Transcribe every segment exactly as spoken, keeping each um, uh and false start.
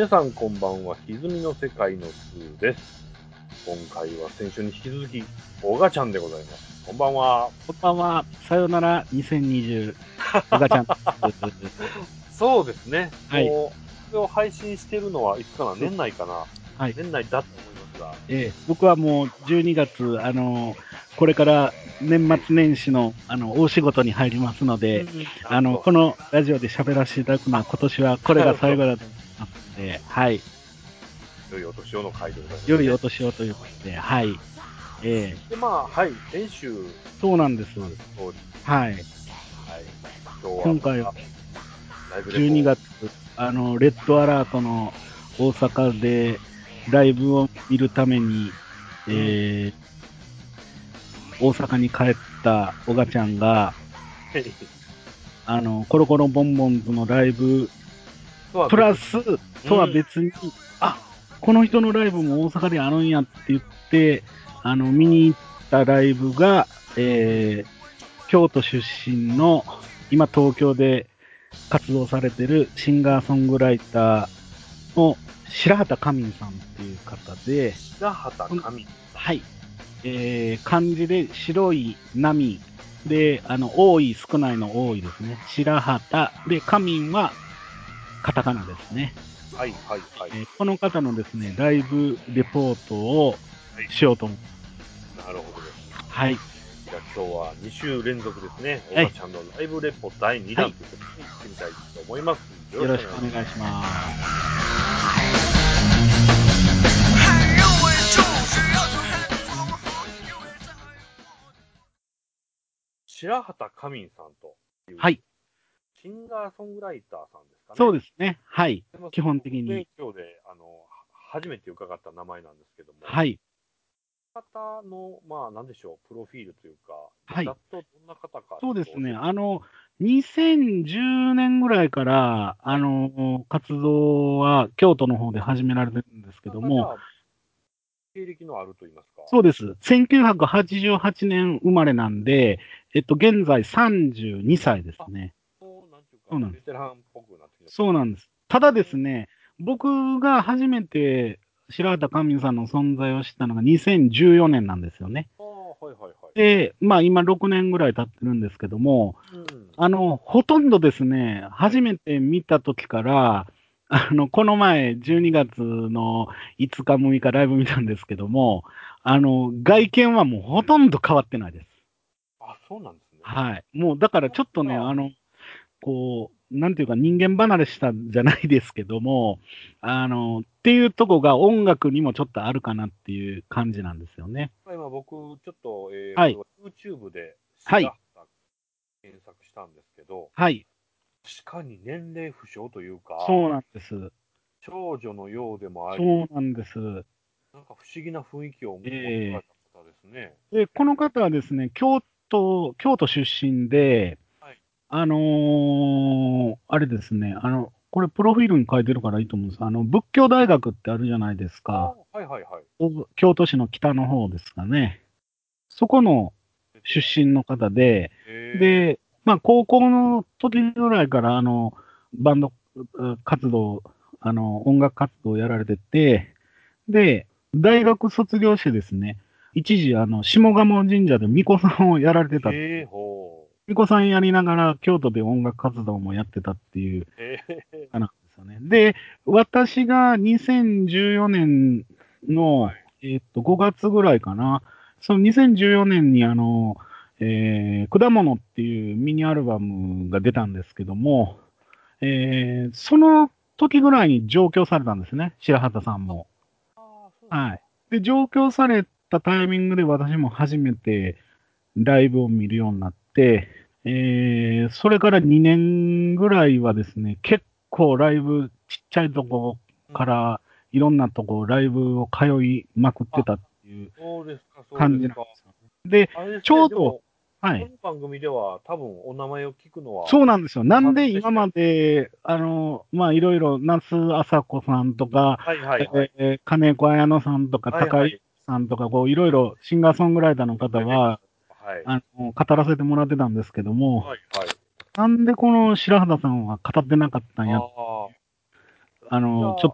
皆さんこんばんは。歪みの世界のスーです。今回は先週に引き続き、オガちゃんでございます。こんばんは。 こんばんは。さよならにせんにじゅう。オガちゃんです。 そうですね。 はい。 もう、これを配信してるのはいつかな、年内かな。 はい。 年内だと思いますが。 ええ、僕はもうじゅうにがつ、あの、これから年末年始の、あの、大仕事に入りますので、 うん、なあの、 るほど。 このラジオで喋らせていただくのは今年はこれが最後だと思いますので、はい。 良いお年をの回でございます、ね。 良いお年をということで、はい。ええ。 で、まあ、はい。先週。 そうなんです。はい。 はい。今日は、 今回は、 ライブレポじゅうにがつ、あの、レッドアラートの大阪でライブを見るために、えー、大阪に帰ったオガちゃんが、あの、コロコロボンボンズのライブ、プラス、とは別に、うん、あ、この人のライブも大阪であるんやって言って、あの、見に行ったライブが、えー、京都出身の、今東京で活動されてるシンガーソングライターの白畑かみんさんっていう方で、 白畑かみん。 はい。えー、漢字で白い波で、あの、多い少ないの多いですね。白畑で、かみんはカタカナですね。 はいはいはい。 えー、この方のですね、ライブレポートをしようと思います。 はい、なるほどです。 はい。 じゃあ今日はに週連続ですね、オガちゃんのライブレポだいにだんということで行ってみたいと思います。 よろしくお願いします。 白畑かみんさんという、 はい。 シンガーソングライターさんですかね。 そうですね。はい。基本的に。 今日であの初めて伺った名前なんですけども。 はい。 方の、まあ、なんでしょう、プロフィールというか、 はい。 ざっとどんな方か。 そうですね。あの、にせんじゅうねんぐらいから、あの、活動は京都の方で始められてるんですけども、 経歴のあると言いますか。 そうです。せんきゅうひゃくはちじゅうはちねん生まれなんで、えっと、現在さんじゅうにさいですね。 そうなんていうか、 そうなんです。 ベテランっぽくなってきた。 そうなんです。ただですね、僕が初めて白畑かみんさんの存在を知ったのがにせんじゅうよねんなんですよね。 ああ、はいはいはい。 で、まあ今ろくねんぐらい経ってるんですけども、うん、あの、ほとんどですね、初めて見た時から、あの、この前じゅうにがつのいつかむいかライブ見たんですけども、あの、外見はもうほとんど変わってないです。 あ、そうなんですね。 はい。もうだからちょっとね、あの、こう、なんていうか人間離れしたんじゃないですけども、あの、っていうとこが音楽にもちょっとあるかなっていう感じなんですよね。 今僕、ちょっと、えー、 はい。 これは YouTube ではい。 検索したんですけど、 はい。 確かに年齢不詳というか、 そうなんです。 少女のようでもあり、 そうなんです。 なんか不思議な雰囲気を持ってられた方ですね。 えー、で、この方はですね、京都、京都出身で、はい、あのー、あれですね、あの、これプロフィールに書いてるからいいと思うんです。あの、仏教大学ってあるじゃないですか。 はいはいはい。 京都市の北の方ですかね。そこの出身の方で、で、まあ、高校の時ぐらいから、あの、バンド活動、あの、音楽活動をやられてて、で、大学卒業してですね、一時、あの、下鴨神社で巫女さんをやられてた。巫女さんやりながら、京都で音楽活動もやってたっていう、なんですよね。で、私がにせんじゅうよねんの、えっと、ごがつぐらいかな、そのにせんじゅうよねんに、あの、えー、果物っていうミニアルバムが出たんですけども、えー、その時ぐらいに上京されたんですね、白畑さんも。はい。で、上京されたタイミングで私も初めてライブを見るようになって、えー、それからにねんぐらいはですね、結構ライブ、ちっちゃいとこからいろんなとこライブを通いまくってたっていう感じなんですよね。で、ちょうど、はい。 この番組では多分お名前を聞くのは。 そうなんですよ。なんで今まで、あの、まあ、いろいろ、那須麻子さんとか、 はいはいはい。 えー、金子綾乃さんとか、高井さんとか、こう、いろいろシンガーソングライターの方は、はい、あの、語らせてもらってたんですけども、はいはい、なんでこの白畑さんは語ってなかったんや、あの、ちょっと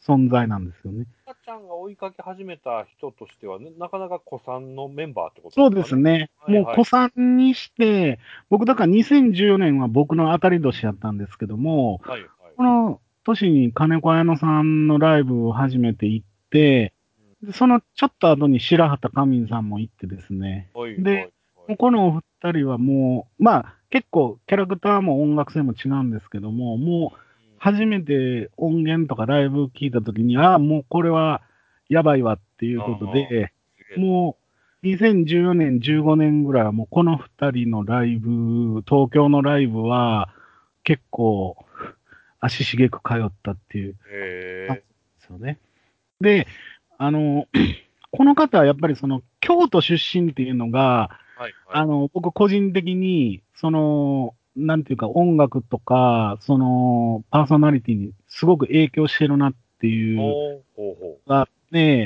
存在なんですよね。 赤ちゃんが追いかけ始めた人としては、ね、なかなか古参のメンバーってことそうですかね。 ですね。もう古参にして、僕だからにせんじゅうよねんは僕の当たり年だったんですけども、 はいはい。 この年に金子綾乃さんのライブを初めて行って、でそのちょっと後に白畑かみんさんも行ってですね。 はいはいで、 はい。 もうこのお二人はもう、まあ結構キャラクターも音楽性も違うんですけども、もう初めて音源とかライブ聞いたときに、ああ、もうこれはやばいわっていうことで、もうにせんじゅうよねん、じゅうごねんぐらいはもうこの二人のライブ、東京のライブは結構足しげく通ったっていう感じへですよね。で、あの、この方はやっぱりその京都出身っていうのが、 ー。はいはい。 あの、僕個人的に、その、なんていうか音楽とか、その、パーソナリティにすごく影響してるなっていうほうほうほがあって、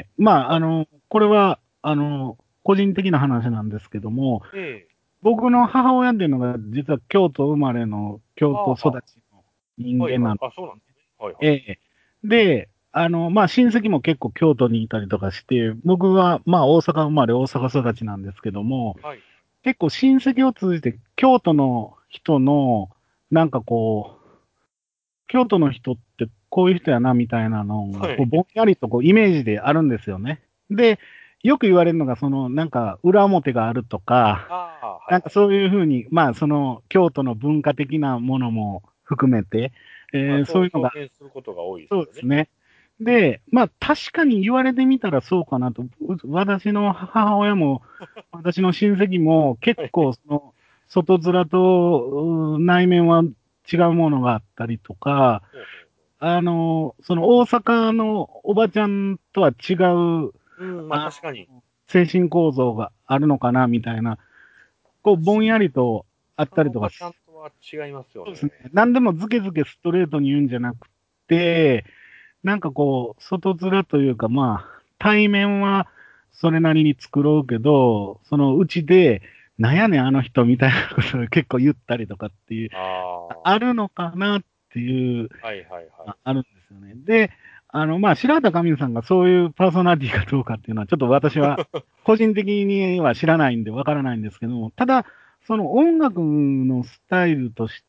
まあ、 はいあの、これは、あの、個人的な話なんですけども、 う。ええ僕の母親っていうのが実は京都生まれの京都育ちの人はいはい。 間なんで、 あ、そうなんですね。はいはい。 ええ。で、あの、まあ、親戚も結構京都にいたりとかして、僕は、まあ、大阪生まれ、大阪育ちなんですけども、 はい。 結構親戚を通じて京都の人の、なんかこう、京都の人ってこういう人やなみたいなのが、こう、 はい。 ぼんやりとこう、イメージであるんですよね。で、よく言われるのが、その、なんか、裏表があるとか、 ああ、はいはい。 なんかそういうふうに、まあ、その、京都の文化的なものも含めて、 まあ、 えーそうそういうのが、 表現することが多いですよね。 そうですね。で、まあ、確かに言われてみたらそうかなと。う私の母親も、私の親戚も結はい。 構、その、外面とう内面は違うものがあったりとか、 ほうほうあの、その大阪のおばちゃんとは違う、 うん、まああ確かに。 の、精神構造があるのかな、みたいな、こう、ぼんやりとあったりとか、 他のおばちゃんとは違いますよね。 そうですね。何でもズケズケストレートに言うんじゃなくて、なんかこう、外面というか、まあ、対面はそれなりに作ろうけど、そのうちで、なんやねん、あの人みたいなことを結構言ったりとかっていう、 ああ、はあるのかなっていう、 いはいはい。 ああるんですよね。で、あの、まあ、白畑上さんがそういうパーソナリティかどうかっていうのは、ちょっと私は個人的には知らないんでわからないんですけども、ただ、その音楽のスタイルとして、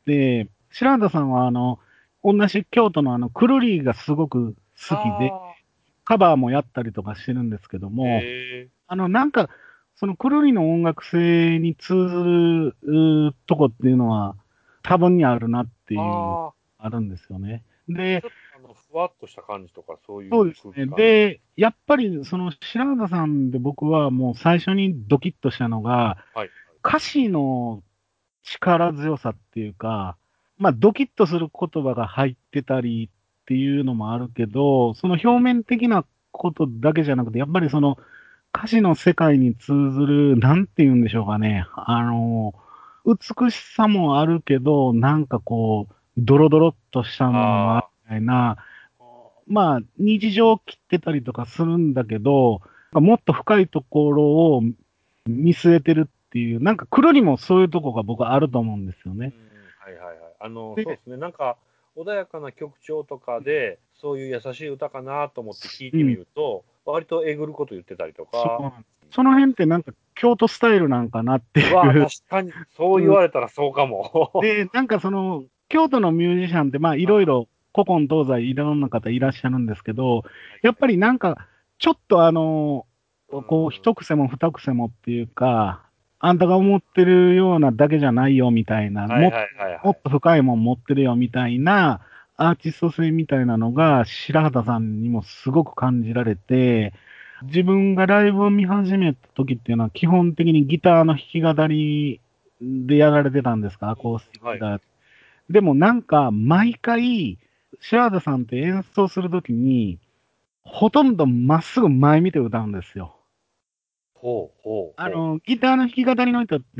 白畑さんは、あの、同じ京都のあの、くるりがすごく好きで、 ああ、 カバーもやったりとかしてるんですけども、 へえ。 あの、なんか、そのくるりの音楽性に通ずるうとこっていうのは、多分にあるなっていう、 ああ、 あるんですよね。で、 ちょっとあの、ふわっとした感じとか、そういうそうですね。 空気感。 で、やっぱりその白畑さんで僕はもう最初にドキッとしたのが、 はい。 歌詞の力強さっていうか、まあドキッとする言葉が入ってたりっていうのもあるけど、その表面的なことだけじゃなくて、やっぱりその歌詞の世界に通ずる、なんて言うんでしょうかね。あの、美しさもあるけど、なんかこう、ドロドロっとしたものもあるあみたいな、まあ、日常を切ってたりとかするんだけど、もっと深いところを見据えてるっていう、なんか黒にもそういうとこが僕はあると思うんですよあ、 ね。 うん、はいはいはい。あの、そうで、 ですね。なんか、穏やかな曲調とかで、そういう優しい歌かなと思って聞いてみうん、 ると、割とえぐること言ってたりとか、 そうなんです。その辺ってなんか京都スタイルなんかなってうわあ、 いう。 確かに、そう言うん、 われたらそうかも。 で、なんかその、京都のミュージシャンって、まあいろいろ古今東西いろんな方いらっしゃるんですけど、やっぱりなんか、ちょっとあの、こう、一癖も二癖もっていうか、あんたが思ってるようなだけじゃないよみたいな、もっはいはいはいはい。 もっと深いもん持ってるよみたいな、アーティスト性みたいなのが白畑さんにもすごく感じられて、自分がライブを見始めた時っていうのは基本的にギターの弾き語りでやられてたんですか、アコースティックはい。 ギター。でもなんか毎回、白畑さんって演奏するときに、ほとんどまっすぐ前見て歌うんですよ。 ほうほうほあの、ギターの弾き語りの人って、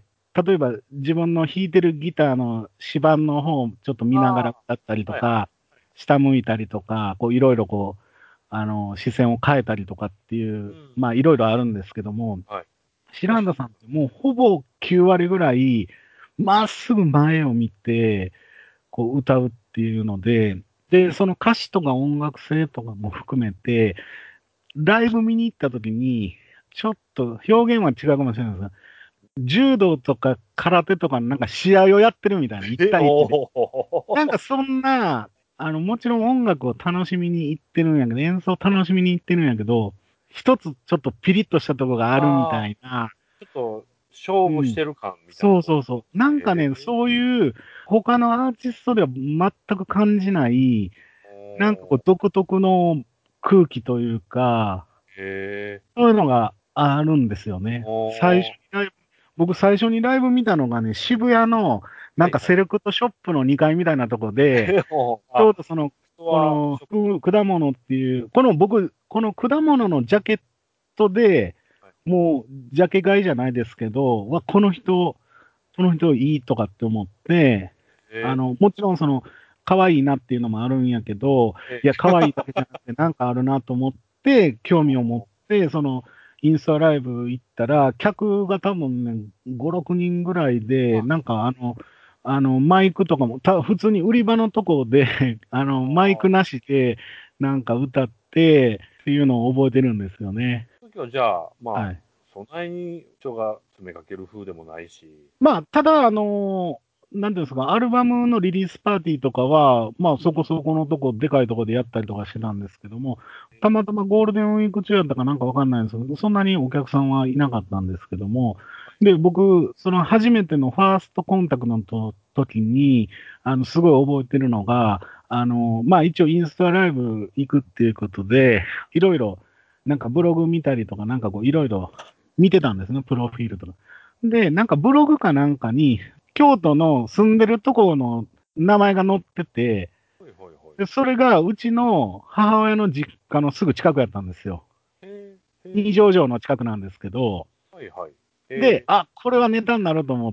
例えば自分の弾いてるギターの指板の方をちょっとう。 見ながらあ歌ったりあ、はいはい。 とか、下向いたりとか、こういろいろこう、あの、視線を変えたりとかっていう、 うん。 まあいろいろあるんですけども、 はい。 白畑さんってもうほぼきゅう割ぐらい、まっすぐ前を見て、こう歌うっていうので、 で、その歌詞とか音楽性とかも含めて、ライブ見に行った時に、ちょっと表現は違うかもしれないですが、柔道とか空手とかなんか試合をやってるみたいな、一え、 対一で。 おー。 なんかそんな、あの、もちろん音楽を楽しみに行ってるんやけど、演奏を楽しみに行ってるんやけど、一つちょっとピリッとしたところがあるみたああ、 いな、 ちょっと勝負しうん。 てる感みたいなそうこと。 そうそう。なんかね、 ええ、 そういう他のアーティストでは全く感じない、なんかこうおー、 独特の空気というか、 ええ、 そういうのがあるんですよね。最初おー、 にライブ、僕最初にライブ見たのがね、渋谷のなんかはいはい。 セレクトショップのにかいみたいなとこで、 えおー、 ちょあ、 うどその、 人このは食、 く果物っていう、この僕、この果物のジャケットで、 はい、 もうジャケ買いじゃないですけど、わ、この人、この人いいとかって思って、あえの、もちろんその、可愛いなっていうのもあるんやけど、 ー、えいや、可愛いだけじゃなくてなんかあるなと思って、興味を持って、その、インスタライブ行ったら、客が多分ね、ご、ろくにんぐらいで、 あ、 なんかあの、あの、マイクとかも、た、普通に売り場のとこで、あの、マイクなしで、なんか歌って、っていうのを覚えてるんですよね。 時はじゃあ、まあ、 はい。 そんなに人が詰めかける風でもないし、 まあ、ただ、あの、なんていうんですか、アルバムのリリースパーティーとかは、まあ、そこそこのとこ、でかいとこでやったりとかしてたんですけども、たまたまゴールデンウィーク中やったかなんかわかんないんですけど、そんなにお客さんはいなかったんですけども、で、僕、その初めてのファーストコンタクトのと時に、あの、すごい覚えてるのが、あの、まあ、一応インスタライブ行くっていうことで、いろいろ、なんかブログ見たりとか、なんかこう、いろいろ見てたんですね、プロフィールとか。で、なんかブログかなんかに、京都の住んでるところの名前が載ってて、 ほいほいほい。 で、それがうちの母親の実家のすぐ近くやったんですよ。 へえ、へ二え、 条城の近くなんですけど、 はいはい。 で、 へえ、 あ、これはネタになると思って、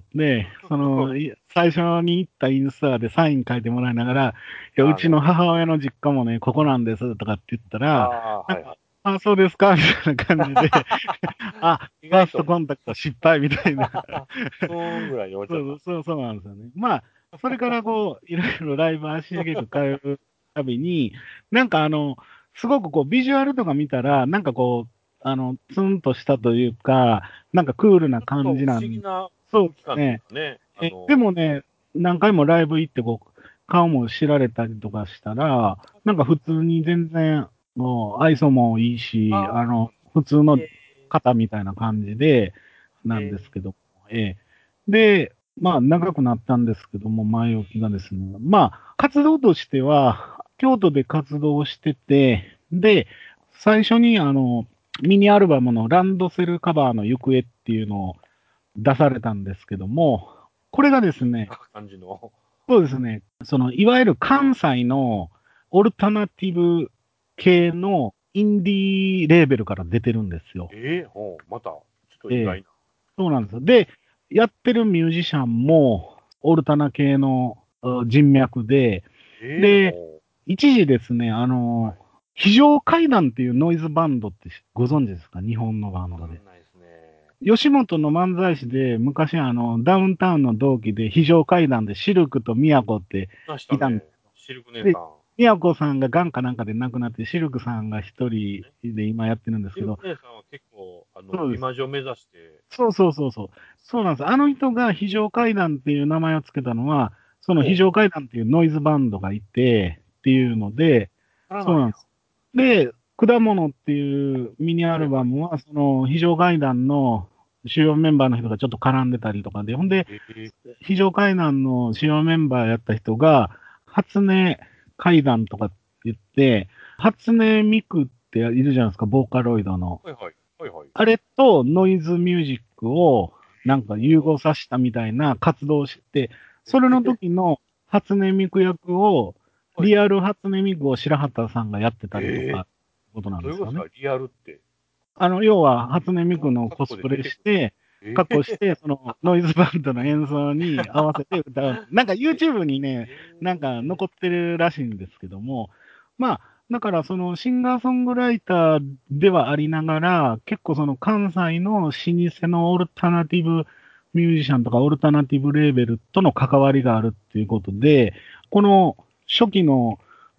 その、い最初に行ったインスタでサイン書いてもらいながら、いや、うああ、 ちのなるほど。 母親の実家もね、ここなんですとかって言ったら、 ああ、 なんか、 はいはい。 あ、そうですかみたいな感じで、あ、ファースト意外と、 コンタクト失敗みたいな。 ふーんぐらいに置いちゃった。 そうそう、そうなんですよね。まあ、それからこう、いろいろライブ足しげく通うたびに、なんかあの、すごくこう、ビジュアルとか見たら、なんかこう、あの、ツンとしたというか、なんかクールなちょっと不思感じなん、 議なそう空気感というですね。 かね、あえ、での、 もね、何回もライブ行ってこう、顔も知られたりとかしたら、なんか普通に全然、もう愛想もいいし、 ああ、 あの、普通のえ方みたいな感じで、 ー、 なんですえけど、ええ。で、まあ、長くなったんですけども、前置きがですね、まあ、活動としては、京都で活動してて、で、最初にあの、ミニアルバムのランドセルカバーの行方っていうのを出されたんですけども、これがですね、 ー、な感じの。 そうですね、その、いわゆる関西のオルタナティブ系のインディーレーベルから出てるんですよ。 ええー、ほう、また、ちょっとええ、 意外な。 そうなんですよ。で、やってるミュージシャンも、オルタナ系のう人脈で、 ええー、 で、 ほ一時ですね、あう。はい。 の、非常階段っていうノイズバンドってご存知ですか？日本のバンドで。 わかんないですね。 吉本の漫才師で、昔あの、ダウンタウンの同期で非常階段でシルクとミヤコっていましたね。 いたんです。 シルク姉さで、 ん。 ミヤコさんがガンかなんかで亡くなって、シルクさんが一人で今やってるんですシルクけど、 姉さんは結構、あの、 そうです。 美魔女目指して、 そうそうそうそう。そうなんです。あの人が非常階段っていう名前をつけたのは、その非ほう、 常階段っていうノイズバンドがいて、っていうので、 ならないや。 そうなんです。で、果物っていうミニアはいはい。 ルバムは、その非常階段の主要メンバーの人がちょっと絡んでたりとかで、ほんで、 ええー、 非常階段の主要メンバーやった人が、初音階段とかって言って、初音ミクっているじゃないですか、ボーカロイドの。 はいはい。はいはい。 あれとノイズミュージックをなんか融ほ合させたみたいな活動をして、 う。 それのええ時の初音ミク役を、 ー、はい。 リアル初音ミクを白畑さんがやってたりとか、 ええことなんー、どういうことですですよね。 かリアルって。 あの、要は初音ミそのクの格コスプレ好で出てくる。 して、 え格好しえて、そのノイズバンドの演奏に合わせて歌う。なんかえ YouTube にね、なんかえ残ってるらしいんですけども、まあ、だからそのシンガーソングライターではありながら、結構その関西の老舗のオルタナティブミュージシャンとかオルタナティブレーベルとの関わりがあるっていうことで、この初期の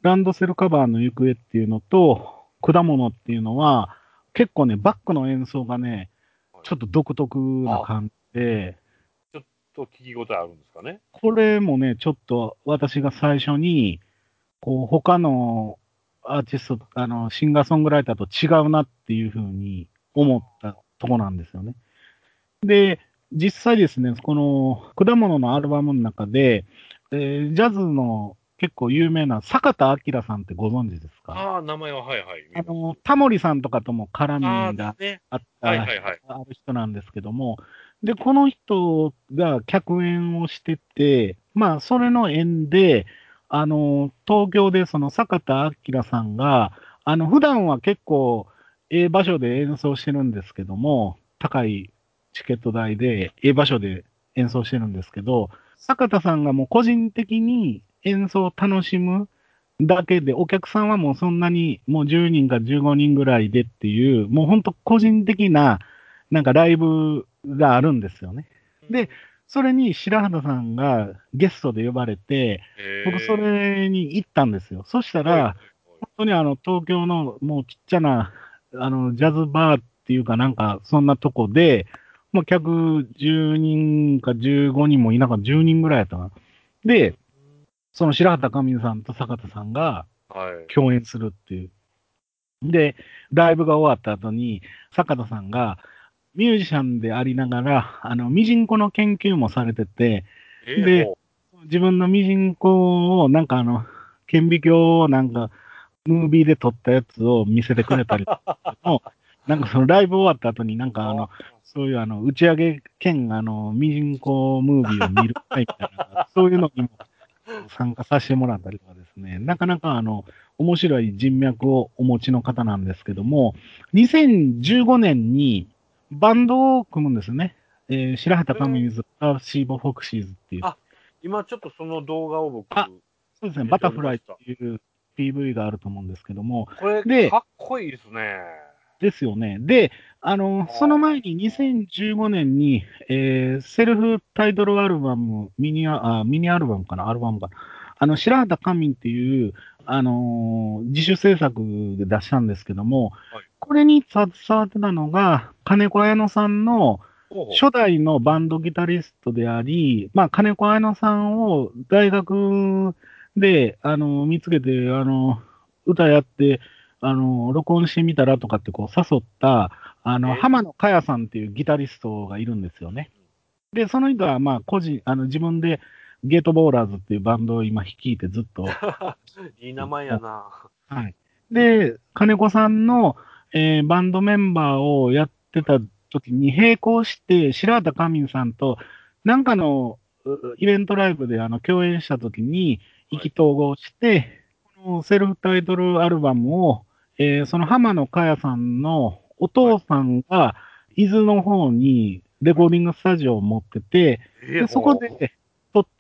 ランドセルカバーの行方っていうのと、果物っていうのは、結構ね、バックの演奏がね、ちょっと独特な感じで、 ちょっと聞き応えあるんですかね。 これもね、ちょっと私が最初に、こう、他のアーティスト、あの、シンガーソングライターと違うなっていうふうに思ったとこなんですよね。で、実際ですね、この果物のアルバムの中で、えージャズの結構有名な坂田明さんってご存知ですか？ ああ、名前は、はいはい、見ます。 あの、タモリさんとかとも絡ああ、 みがね。 あった人、 はいはいはい。 ある人なんですけども、で、この人が客演をしてて、まあ、それの縁で、あの、東京でその坂田明さんが、あの、普段は結構、ええ場所で演奏してるんですけども、高いチケット代で、ええ場所で演奏してるんですけど、坂田さんがもう個人的に演奏を楽しむだけで、お客さんはもうそんなに、もうじゅうにんかじゅうごにんぐらいでっていう、もう本当個人的な、なんかライブがあるんですよね。で、それに白畑さんがゲストで呼ばれて、僕そへれに行ったんですよ。そしたえ。はいはいら、本当にあの、東京のもうちっちゃな、あの、ジャズバーっていうかなんか、そんなとこで、もう客じゅうにんかじゅうごにんもいなかった、じゅうにんぐらいやったな。で、その白畑上水さんと坂田さんがはい。 共演するっていう。で、ライブが終わった後に、坂田さんがミュージシャンでありながら、あの、ミジンコの研究もされてて、で、 ええほ自分のミジンコを、なんかあの、顕微鏡をなんか、ムービーで撮ったやつを見せてくれたりも、なんかそのライブ終わった後になんう。あかあの、そういうあの、打ち上げ兼あの、ミジンコムービーを見る会みたいな、そういうのにも参加させてもらったりとかですね、なかなかあの、面白い人脈をお持ちの方なんですけども、にせんじゅうごねんにバンドを組むんですよね。えー白畑上水、パーシーボフォクシーズっていう。 あ、今ちょっとその動画を僕、 あ、そうですね、 見バタフライっておりました。 ていう ピーブイ があると思うんですけども、 これ、 で、 かっこいいですね。 ですよね。で、あの、 あその前にあ。 にせんじゅうごねんに、えーセルフタイトルアルバム、ミニア、あ、ミニアルバムかな、アルバムかな。あの、白畑神っていう、あのー自主制作で出したんですけども、 はい。 これに携わってたのが、金子綾乃さんのほうほ初代のバンドギタリストであり、まあ、金子綾乃さんを大学で、あの、見つけて、あの、歌やって、あの、録音してみたらとかってこう誘った、あう。 の、 え浜野佳代さんっていうギタリストがいるんですよね。で、その人は、まあ、個人、あの、自分でゲートボーラーズっていうバンドを今率いてずっと、 いい名前やな。 はい。で、金子さんの、えーバンドメンバーをやってた時に並行して、白畑かみんさんと、なんかのうイベントライブであの共演した時に意はい。 気投合して、このセルフタイトルアルバムを、えーその浜野佳代さんのおはい。 父さんが伊豆の方にレコーディングスタジオを持ってて、 ええで、そこほで撮って、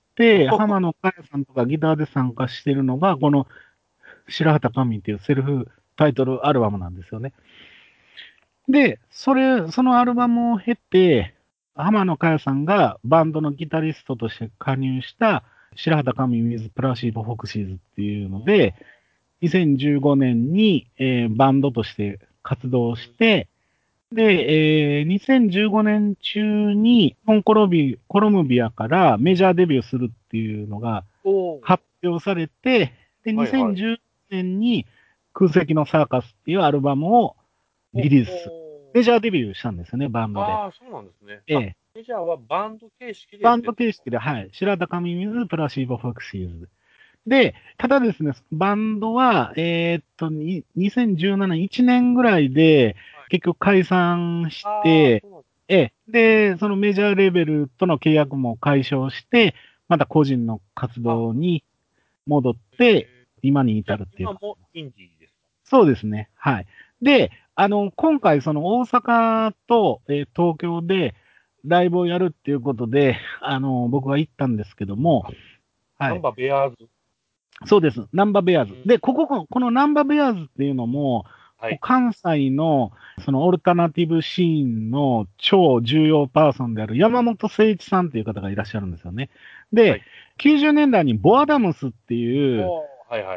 浜野佳代さんとかギターで参加してるのが、この白畑神っていうセルフタイトルアルバムなんですよね。で、それ、そのアルバムを経て、浜野佳代さんがバンドのギタリストとして加入した白畑神 with プラシーボフォクシーズっていうので、にせんじゅうごねんに、えーバンドとして活動して、で、えーにせんじゅうごねん中に、日本コロビ、コロムビアからメジャーデビューするっていうのがおお。 発表されて、で、 はいはい。 にせんじゅうねんに空席のサーカスっていうアルバムをほリリースする。 ほメジャーデビューしたんですよね、バンドで。 ああ、そうなんですね。あ、 ええ。 メジャーはバンド形式でバンド出てる。 形式で、はい。白高み水プラシーボフォクシーズ。で、ただですね、バンドは、えーっと、ににせんじゅうなな、いちねんぐらいではい。 結局解散しああ、 て、 そうなんです。 ええ。で、そのメジャーレベルとの契約も解消して、また個人の活あ、 動に戻って、 えー今にじゃあ至るっていうか。 今もインディーですか？ そうですね。はい。で、あの、今回、その大阪と、えー東京でライブをやるっていうことで、あの、僕は行ったんですけども、 あ、 はい。 ナンバーベアーズ。 そうです。ナンバーベアーズ。 うん。 で、ここ、このナンバーベアーズっていうのも、 はい。 関西の、そのオルタナティブシーンの超重要パーソンである山本誠一さんっていう方がいらっしゃるんですよね。で、 はい。 きゅうじゅうねんだいにボアダムスっていう、 おー、はいはい。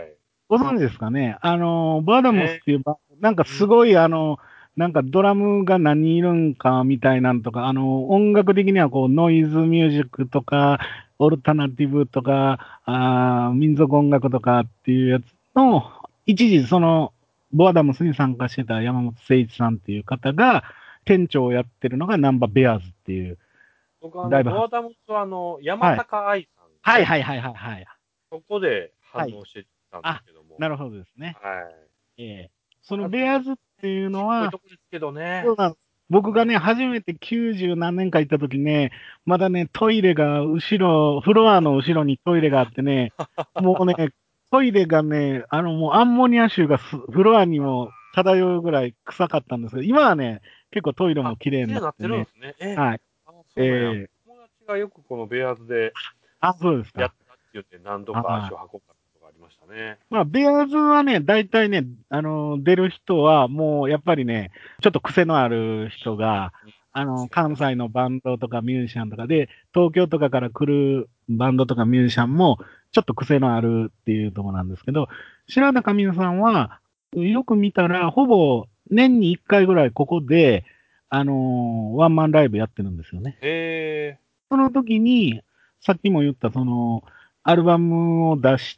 ご存知ですかね。あの、バーダムスっえていうバ、なんかすごい、あの、なんかドラムが何人いるんかみたいなんとか、あの、音楽的にはこう、ノイズミュージックとか、オルタナティブとか、あー民族音楽とかっていうやつの、一時その、ボアダムスに参加してた山本誠一さんっていう方が、店長をやってるのがナンバーベアーズっていう、 僕、あの、 ライブハウス。 ボアダムスは、あの、山はい。 高愛さんね。 はいはいはいはいはい。 そこではい。 反応してたんですあ、 けども。 なるほどですね。 はい。 ええそのまあ、 ベアーズっていうちっこいのは、 とこですけどね。 そうなんです。僕がね、初めてきゅうじゅう何年か行った時ね、まだね、トイレが後ろ、フロアの後ろにトイレがあってね、もうね、トイレがね、あのもうアンモニア臭がすフロアにも漂うぐらい臭かったんですけど、今はね、結構トイレもあ、 綺麗にな綺麗になっってね、 てるんですね。え、 はい。 あ、そうなんや。 ええ友達がよくこのベアーズであ、そうですか。 やったって言って何度かはい。 足を運んだことがありましたね。 まあ、ベアーズはね、大体ね、あの、出る人は、もう、やっぱりね、ちょっと癖のある人が、 うん、 あの、関西のバンドとかミュージシャンとかで、東京とかから来るバンドとかミュージシャンも、ちょっと癖のあるっていうところなんですけど、白田上さんは、よく見たら、ほぼ年にいっかいぐらいここで、あの、ワンマンライブやってるんですよね。 へえ。 その時に、さっきも言った、その、アルバムを出した、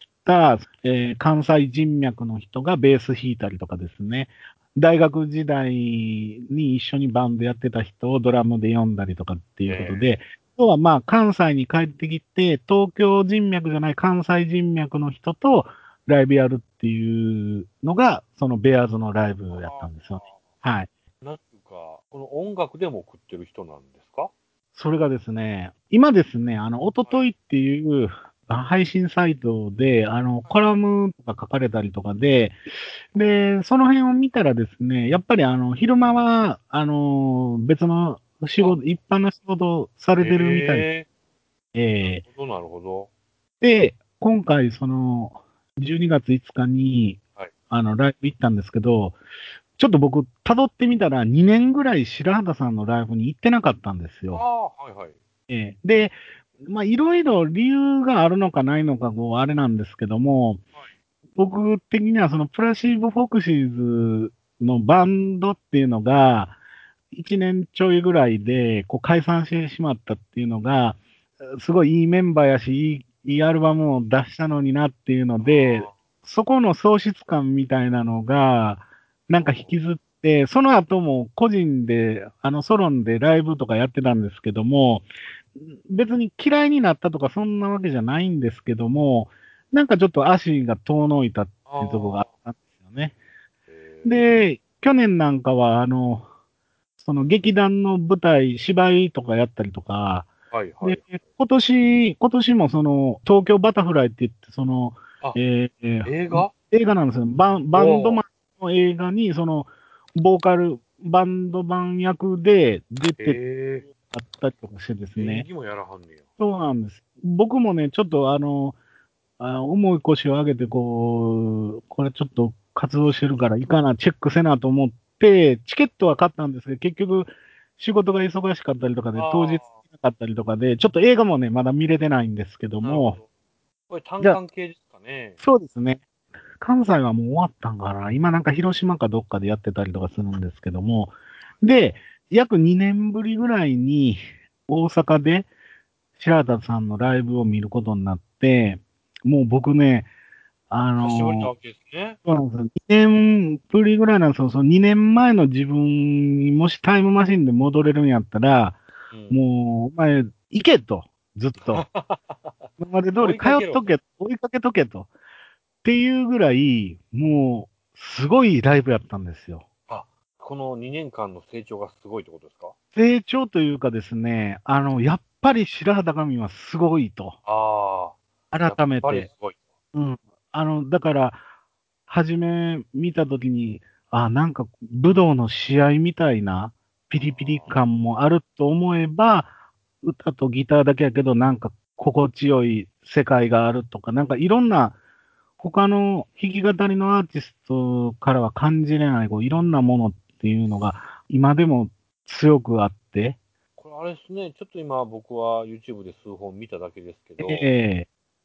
えー関西人脈の人がベース弾いたりとかですね。大学時代に一緒にバンドやってた人をドラムで読んだりとかっていうことえで、要はまあ関西に帰ってきて、東京人脈じゃない関西人脈の人とライブやるっていうのが、そのベアーズのライブー、 やったあんですよね。はい。 ーなんていうか、この音楽でも食ってる人なんですか？ それがですね、今ですね、あの、おとはい。 といっていうあ配信サイトで、あの、コラムとか書かれたりとかで、で、その辺を見たらですね、やっぱりあの、昼間は、あの、別の仕あ、 事、一般の仕事をされてるみたいええ、なるで、 ほど、なるほど。 で、今回、その、じゅうにがついつかに、 はい。 あの、ライブ行ったんですけど、ちょっと僕、辿ってみたら、にねんぐらい白畑さんのライブに行ってなかったんですよ。 ああ、はいはい。 ええで、まあ、いろいろ理由があるのかないのか、こう、あれなんですけども、 はい。 僕的にはそのプラシーボフォクシーズのバンドっていうのが、いちねんちょいぐらいでこう解散してしまったっていうのが、すごいいいメンバーやし、いい、いいアルバムを出したのになっていうので、 あそこの喪失感みたいなのが、 あ、 なんかなるほど。 引きずって、その後も個人で、あのソロンでライブとかやってたんですけども、別に嫌いになったとかそんなわけじゃないんですけども、なんかちょっと足が遠のいたっていうところがあっああ、 たんですよね。 えで、去年なんかは、あの、その劇団の舞台、芝居とかやったりとか、 ー、はいはい。 で、今年、今年もその、東京バタフライって言って、その、 あ、 えーえー映画。 映画なんですよ。バン、バンドおお、 マンの映画に、その、ボーカル、バンドマン役で出てえあったりとかしてですえ、演ね。 技もやらはんねや。 そうなんです。僕もね、ちょっとあの、あ重い腰を上げて、こう、これちょっと活動してるから、いかな、チェックせなと思って、チケットは買ったんですけど、結局、仕事が忙しかったりとかで、当日あなかったりとかで、ちょっと映画もね、まだ見れてないんですけどあ、なるほも、 ど。これ単じゃあ、 管系ですかね。 そうですね。関西はもう終わったんかな。今なんか広島かどっかでやってたりとかするんですけども、で、約にねんぶりぐらいに大阪で白畑さんのライブを見ることになって、もう僕ね、あ久しぶりなのわけですね。 そうなんですよ。にねんぶりぐらいなんですよ。そのにねんまえの自分にもしタイムマシンで戻れるんやったら、 うん。 もう、お前、行けと、ずっと。今まで通り追いかけろと。 通っとけ、追いかけとけと。っていうぐらい、もう、すごいライブやったんですよ。 あ、このにねんかんの成長がすごいってことですか？ 成長というかですね、あの、やっぱり白畑神はすごいと。 ああ、やっ改めて。 ぱりすごい。 うん。あの、だから、初め見たときに、あ、なんか武道の試合みたいなピリピリあ感もあると思えば、歌とギターだけやけど、なんか心地よい世界があるとか、なんかいろんな他の弾き語りのアーティストからは感じれない、こういろんなものっていうのが今でも強くあって、 これあれですね、ちょっと今僕は YouTube で数本見ただけですけど、 ええ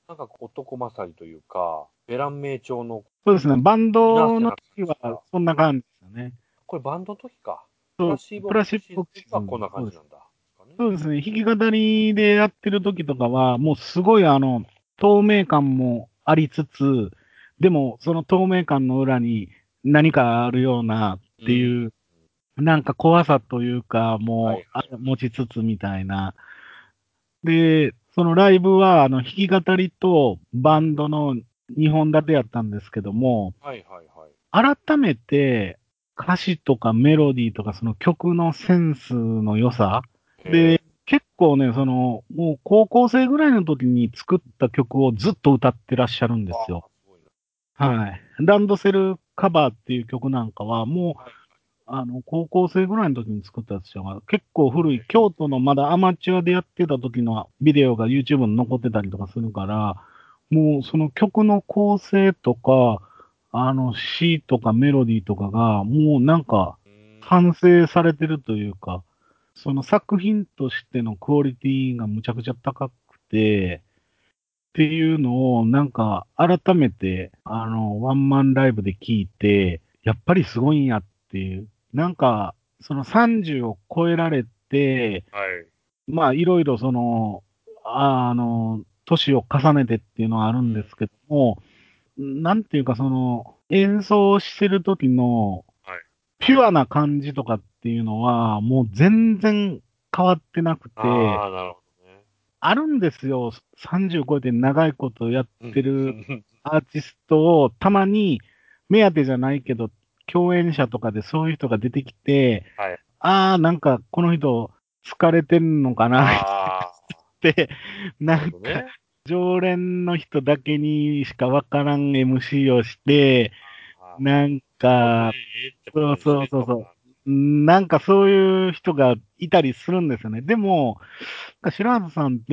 なんか男勝りというか、ベラン名調の。 そうですね、バンドの時はそんな感じですよね。 これバンドの時か。 そうプラシーボプラシッックスクスはこんな感じなんだ。 そうですね、弾き語りでやってる時とかは、もうすごいあの、透明感もありつつ、でもその透明感の裏に何かあるようなっていう、うん、なんか怖さというか、もう、はいはい、持ちつつみたいな。で、そのライブは、あの、弾き語りとバンドのにほん立てやったんですけども、 はいはいはい。 改めて歌詞とかメロディーとかその曲のセンスの良さで、結構ね、その、もう高校生ぐらいの時に作った曲をずっと歌ってらっしゃるんですよ。はい。ランドセルカバーっていう曲なんかは、もう、あの、高校生ぐらいの時に作ったやつじゃが、結構古い、京都のまだアマチュアでやってた時のビデオが YouTube に残ってたりとかするから、もうその曲の構成とか、あの詩とかメロディーとかが、もうなんか、完成されてるというか、その作品としてのクオリティがむちゃくちゃ高くて、っていうのを、なんか、改めて、あの、ワンマンライブで聞いて、やっぱりすごいんやっていう。なんか、そのさんじゅうを超えられて、 はい。 まあ、いろいろその、あの、年を重ねてっていうのはあるんですけども、なんていうかその、演奏してる時の、ピュアな感じとかっていうのは、もう全然変わってなくて、 ああ、なるほどね。 あるんですよ。さんじゅう超えて長いことやってるうんアーティストを、たまに、目当てじゃないけど、共演者とかでそういう人が出てきて、 はい。 ああ、なんかこの人疲れてんのかなっああ、 て、 ななんかるほどね。 常連の人だけにしかわからん エムシー をして、 あなんあ、ねか、 えってこそうとにしてんのかそうそうそう。なんかそういう人がいたりするんですよね。でも、白畑さんって、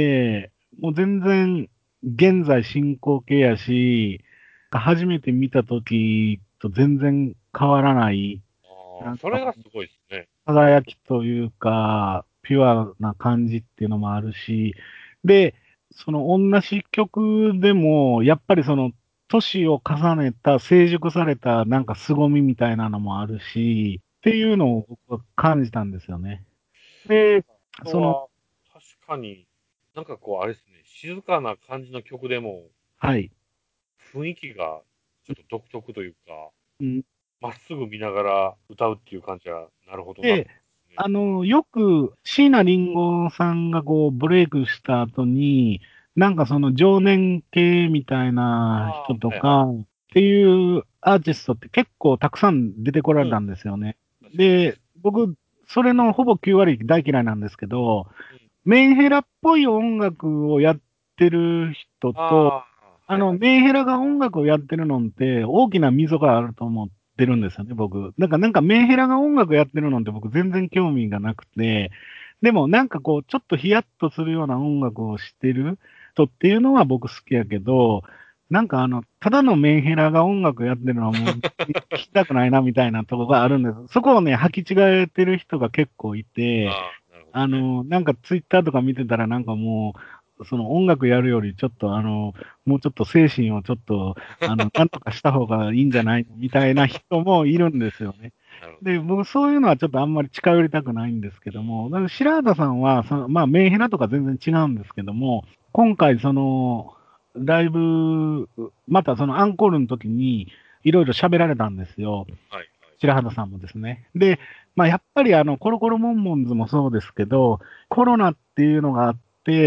もう全然、現在進行形やし、初めて見た時と全然変わらない、 な。ああ、 なんか、 それがすごいですね。 輝きというか、ピュアな感じっていうのもあるし、で、その同じ曲でも、やっぱりその、年を重ねた、成熟された、なんか凄みみたいなのもあるし、っていうのを僕は感じたんですよね。で、その、 とは、確かに、なんかこう、あれですね、静かな感じの曲でも、 はい。 雰囲気がちょっと独特というか、 うん、 まっすぐ見ながら歌うっていう感じは、なるほどなとで、 思いますね。 あの、よく、椎名林檎さんがこう、ブレイクした後に、なんかその常年系みたいなああ、 人とはいはい。 か、っていうアーティストって結構たくさん出てこらうん、 れたんですよね。 確かに。 で、僕、それのほぼきゅう割大嫌いなんですけど、 うん、 メンヘラっぽい音楽をやってる人と、 ああ、 あの、 はいはい。 メンヘラが音楽をやってるのって大きな溝があると思ってるんですよね、僕。なんか、なんかメンヘラが音楽やってるのって僕全然興味がなくて、でもなんかこう、ちょっとヒヤッとするような音楽をしてる人っていうのは僕好きやけど、なんかあの、ただのメンヘラが音楽やってるのはもう聞きたくないなみたいなとこがあるんです。そこをね、履き違えてる人が結構いて、 ああ、なるほどね。 あの、なんかツイッターとか見てたらなんかもう、その音楽やるよりちょっとあの、もうちょっと精神をちょっと、あの、なんとかした方がいいんじゃないみたいな人もいるんですよね。 なるほど。 で、僕そういうのはちょっとあんまり近寄りたくないんですけども、だから白畑さんは、その、まあ、メンヘラとか全然違うんですけども、今回その、ライブ、またそのアンコールの時に、いろいろ喋られたんですよ。 はいはい。 白畑さんもですね。で、 うん、 まあ、やっぱりあの、コロコロモンモンズもそうですけど、コロナっていうのがあって、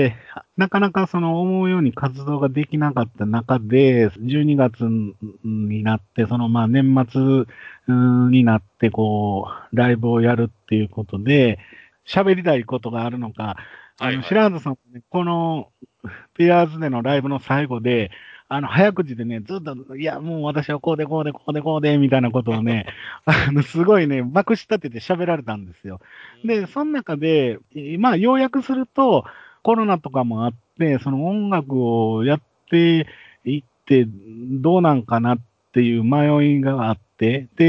なかなかその思うように活動ができなかった中で、じゅうにがつになって、そのまあ年末うんになって、こう、ライブをやるっていうことで、喋りたいことがあるのか、あの、 はいはい。 白畑さんもね、この、ペアーズでのライブの最後で、あの、早口でね、ずっと、いや、もう私はこうでこうでこうでこうで、みたいなことをね、あの、すごいね、まくし立てて喋られたんですよ。で、その中で、えまあ、要約すると、コロナとかもあって、その音楽をやっていって、どうなんかなっていう迷いがあって、で、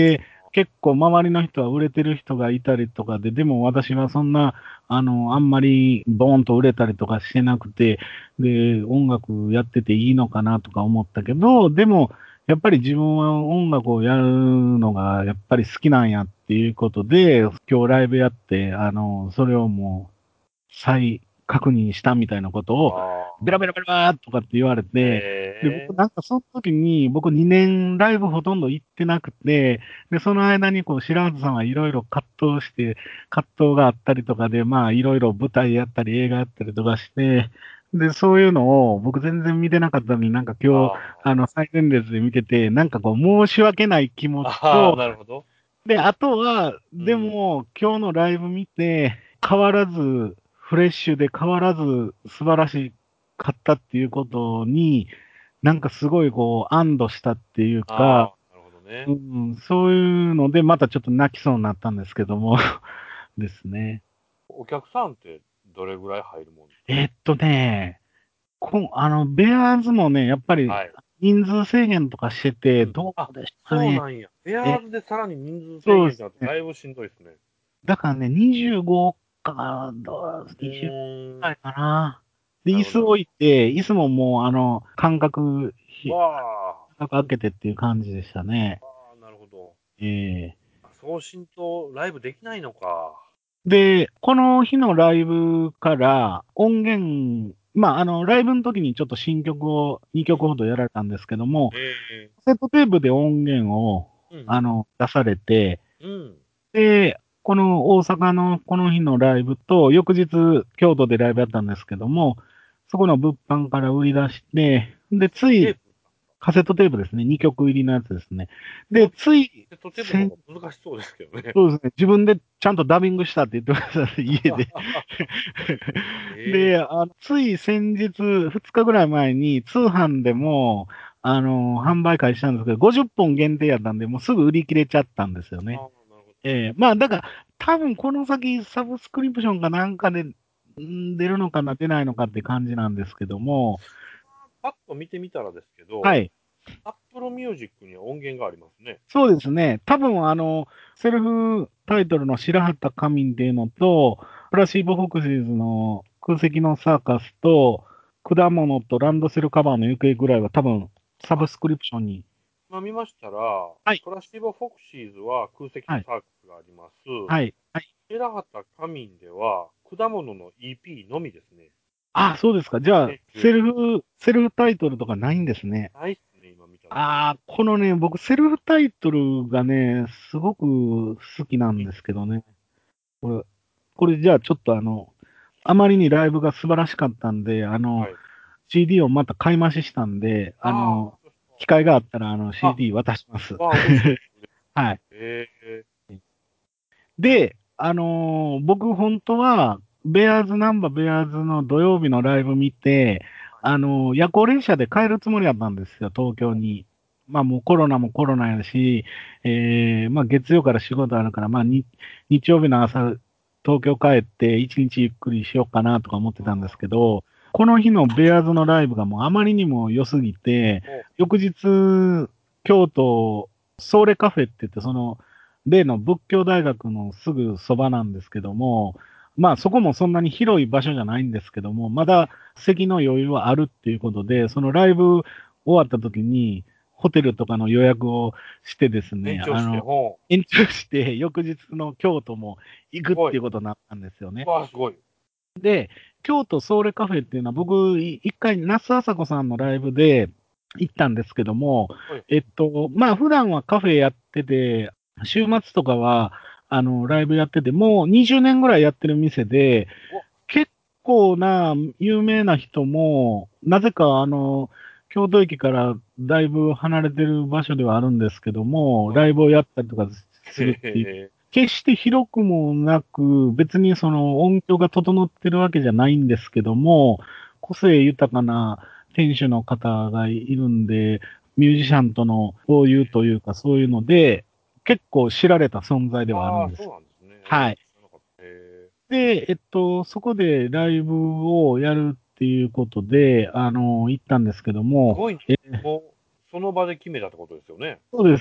結構周りの人は売れてる人がいたりとかで、でも私はそんな、あの、あんまりボーンと売れたりとかしてなくて、で、音楽やってていいのかなとか思ったけど、でも、やっぱり自分は音楽をやるのがやっぱり好きなんやっていうことで、今日ライブやって、あの、それをもう再確認したみたいなことを、ベラベラベラとかって言われて、で、僕なんかその時に、僕にねんライブほとんど行ってなくて、で、その間にこう、白畑さんはいろいろ葛藤して、葛藤があったりとかで、まあ、いろいろ舞台やったり映画やったりとかして、で、そういうのを僕全然見てなかったのになんか今日、あの、最前列で見てて、なんかこう、申し訳ない気持ちああ、 と、 なるほど。 で、あとは、 うんでも、今日のライブ見て、変わらず、フレッシュで変わらず素晴らしかったっていうことに、なんかすごいこう、安堵したっていうか、 ああ、なるほどね。 うん、そういうので、またちょっと泣きそうになったんですけども、ですね。 お客さんってどれぐらい入るもん？ えっとね、こあの、ベアーズもね、やっぱりはい。 人数制限とかしてて、 うん。あ、 どうでしたかね。 そうなんや。ベアえ、 ーズでさらに人数制そうです限ってなってね。 だいぶしんどいですね。 だからね、にじゅうごか、どう、 うにじゅうーん。 ぐらいかな。で、椅子なるほど、なるほ置いて、椅子ももう、あの、間隔、 ど。 ひわ間隔開けてっていう感じでしたね。 あ、ああ、なるほど。 ええ送信とライブできないのか。 で、この日のライブから音源、まあ、あの、ライブの時にちょっと新曲をにきょくほどやられたんですけども、 ええ、 カセットテープで音源を、 うん、 あの、出されて、 うん。うん。 で、この大阪のこの日のライブと、翌日、京都でライブやったんですけども、そこの物販から売り出して、で、つい、 テープ。 カセットテープですね。にきょく入りのやつですね。で、 ちょっとつい、 セットテープの先方が難しそうですけどね。 そうですね。自分でちゃんとダビングしたって言ってましたね、家で。 ええ、 で、あの、つい先日、ふつかぐらい前に、通販でも、あの、販売開始したんですけど、ごじゅっぽん限定やったんで、もうすぐ売り切れちゃったんですよね。 ああ、なるほど。 ええまあ、だから、多分この先、サブスクリプションかなんかで、ん出るのかな、出ないのかって感じなんですけども、 パッと見てみたらですけど、 はい。 Apple Music には音源がありますね。 そうですね。多分、あの、セルフタイトルの白旗仮眠っていうのと、プラシーボフォクシーズの空席のサーカスと、果物とランドセルカバーの行方ぐらいは多分、サブあ、 スクリプションに。 今見ましたら、 はい、 トラシーボフォクシーズは空席はい、 とサーカスがあります。 はい、はい。 白畑仮眠では、果物の イーピー のみですね。 あ、そうですか。じゃあ、セ全じゅうえん。 ルフ、セルフタイトルとかないんですね。 ないっすね、今見たら。 ああ、このね、僕、セルフタイトルがね、すごく好きなんですけどね。これ、これじゃあちょっとあの、あまりにライブが素晴らしかったんで、あの、 はい。 シーディー をまた買い増ししたんで、ああの、機会があったらあのあ、あ、 シーディー 渡します。 わあ、嬉しいです。 はい。 ええ、 で、あのー僕本当は、ベアーズナンバーベアーズの土曜日のライブ見て、あのー夜行列車で帰るつもりだったんですよ、東京に。まあもうコロナもコロナやし、えー、まあ月曜から仕事あるから、まあに日曜日の朝、東京帰って一日ゆっくりしようかなとか思ってたんですけど、この日のベアーズのライブがもうあまりにも良すぎて、 お、 翌日、京都、ソーレカフェって言って、その、例の仏教大学のすぐそばなんですけども、まあそこもそんなに広い場所じゃないんですけども、まだ席の余裕はあるっていうことで、そのライブ終わった時に、ホテルとかの予約をしてですね、 延長して、 あの、 ほ延長して翌日の京都も行う、すごい。 くっていうことになったんですよね。 わあ、すごい。 で、京都ソウレカフェっていうのは僕、い一回、那須麻子さんのライブで行ったんですけども、 はい。 えっと、まあ普段はカフェやってて、週末とかは、あの、ライブやってて、もうにじゅうねんぐらいやってる店で、 わ、 結構な有名な人も、なぜかあの、京都駅からだいぶ離れてる場所ではあるんですけども、 はい。 ライブをやったりとかするっていう。 へえ、 決して広くもなく、別にその音響が整ってるわけじゃないんですけども、個性豊かな店主の方がいるんで、ミュージシャンとの交流というかそういうので、結構知られた存在ではあるああ、 んです。 そうなんですね。ええ、 はい。 知らなかった。へえ。 で、えっと、そこでライブをやるっていうことで、あの、行ったんですけども、 すごいね。 え、 もう、その場で決めたってことですよね。 そうです。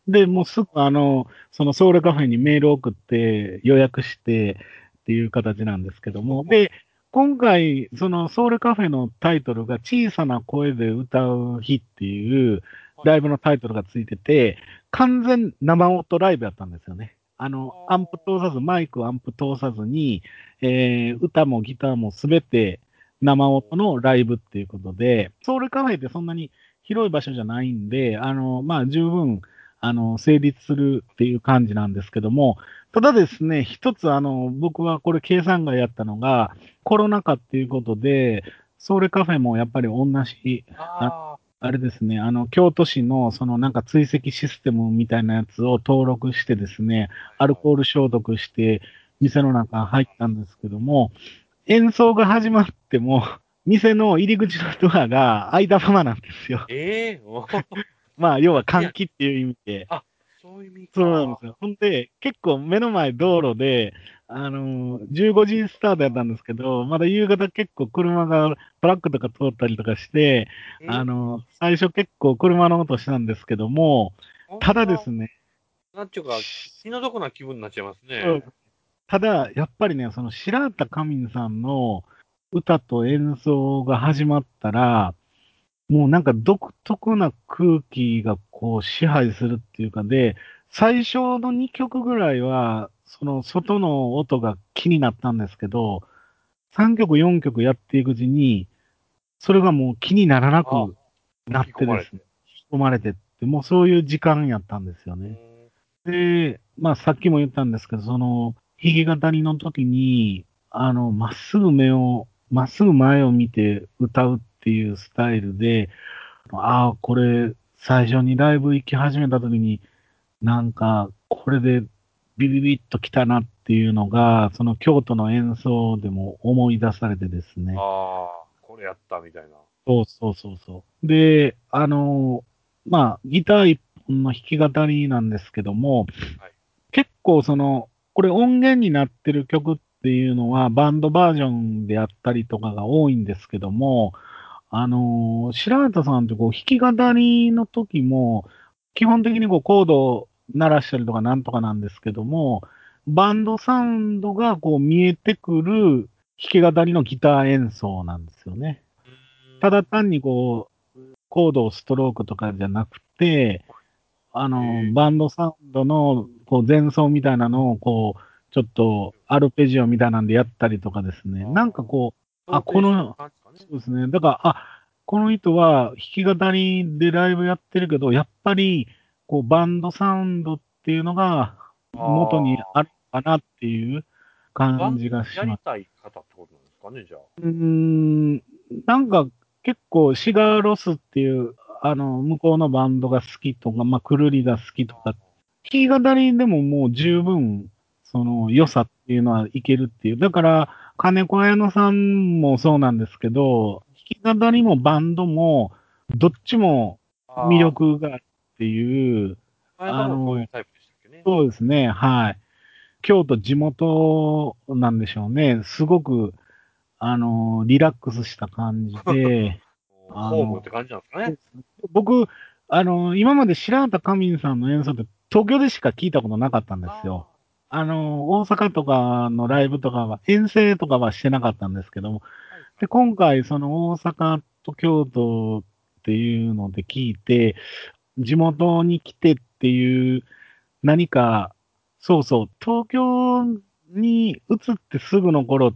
で、もうすぐあの、そのソウルカフェにメールを送って予約してっていう形なんですけども、で、今回、そのソウルカフェのタイトルが小さな声で歌う日っていうライブのタイトルがついてて、完全生音ライブやったんですよね。あの、アンプ通さず、マイクアンプ通さずに、えー歌もギターもすべて生音のライブっていうことで、ソウルカフェってそんなに広い場所じゃないんで、あの、まあ、十分、あの、成立するっていう感じなんですけども、ただですね、一つあの、僕はこれ計算外やったのが、コロナ禍っていうことで、ソウルカフェもやっぱり同じ、あ、 ああれですね、あの、京都市のそのなんか追跡システムみたいなやつを登録してですね、アルコール消毒して店の中入ったんですけども、演奏が始まっても、店の入り口のドアが開いたままなんですよ。 ええー、 まあ、要は何や。 換気っていう意味で。 あ、そういう意味そうなんでか。 すよ。ほんで、結構目の前道路で、あのー、じゅうごじスタートやったんですけど、まだ夕方結構車がトラックとか通ったりとかして、あえ、 のー、最初結構車の音したんですけども、たこんな、 だですね、 なんちゅうか、気の毒な気分になっちゃいますね。 うん、ただ、やっぱりね、その白畑カミンさんの歌と演奏が始まったら、もうなんか独特な空気がこう支配するっていうかで、最初のにきょくぐらいは、その外の音が気になったんですけど、さんきょくよんきょくやっていくうちに、それがもう気にならなあ、 くなっ引き込まれて。 てですね、引き込まれてって、もうそういう時間やったんですようね。 ーん。 で、まあさっきも言ったんですけど、その弾き語りの時に、あの、まっすぐ目を、まっすぐ前を見て歌うっていうスタイルで、ああ、これ、最初にライブ行き始めた時に、なんか、これでビビビッと来たなっていうのが、その京都の演奏でも思い出されてですね。 ああ、これやったみたいな。 そうそうそうそう。で、あの、まあ、ギター一本の弾き語りなんですけども、 はい。 結構その、これ音源になってる曲っていうのはバンドバージョンであったりとかが多いんですけども、あのー白畑さんってこう弾き語りの時も、基本的にこうコードを鳴らしたりとかなんとかなんですけども、バンドサウンドがこう見えてくる弾き語りのギター演奏なんですよね。 うーん。 ただ単にこう、コードをストロークとかじゃなくて、あの、 ええ、 バンドサウンドの、こう、前奏みたいなのを、こう、ちょっと、アルペジオみたいなんでやったりとかですね。なんかああ、 こう、あ、 想定してるこの、 感じかね。 そうですね。だから、あ、この人は弾き語りでライブやってるけど、やっぱり、こう、バンドサウンドっていうのが元にああ、 あるかなっていうバン感じがします。 やりたい方ってことなんですかね、じゃあ。 うーん、なんか結構シガーロスっていう、あの、向こうのバンドが好きとか、まあ、くるりが好きとか、弾き語りでももう十分、その良さっていうのはいけるっていう。だから、金子綾乃さんもそうなんですけど、弾き語りもバンドも、どっちも魅あ力があるっていう、 あ、前川もそういうあの、 タイプでしたっけね。 そうですね、はい。京都地元なんでしょうね。すごく、あの、リラックスした感じで、あの、 ホームって感じなんですかね。 僕、あの、今まで白畑カミンさんの演奏って東京でしか聞いたことなかったんですよ。 ああの、大阪とかのライブとかは、遠征とかはしてなかったんですけども、 あ、はいはで、 い。 今回、その大阪と京都っていうので聞いて、地元に来てっていう何か、そうそう、東京に移ってすぐの頃って、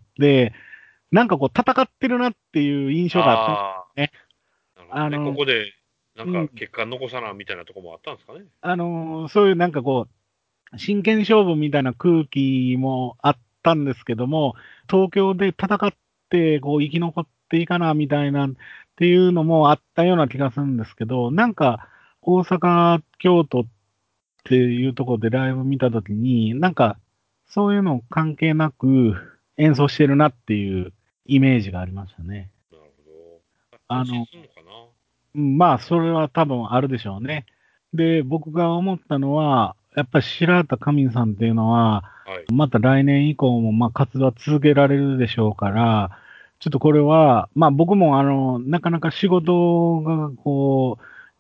なんかこう戦ってるなっていう印象があったんであすね。 あ、なるほどね。こあの、 こで、なんうん、 か結果残さなみたいなとこもあったんですかね。 あの、そういうなんかこう、真剣勝負みたいな空気もあったんですけども、東京で戦ってこう生き残っていかなみたいなっていうのもあったような気がするんですけど、なんか大阪、京都っていうところでライブ見たときに、なんかそういうの関係なく演奏してるなっていうイメージがありましたね。 なるほど。安あの、 心するのかな。 うん、まあ、それは多分あるでしょうね。で、僕が思ったのは、やっぱり白畑カミンさんっていうのは、 はい。 また来年以降もまあ活動は続けられるでしょうから、ちょっとこれは、まあ僕もあの、なかなか仕事がこう、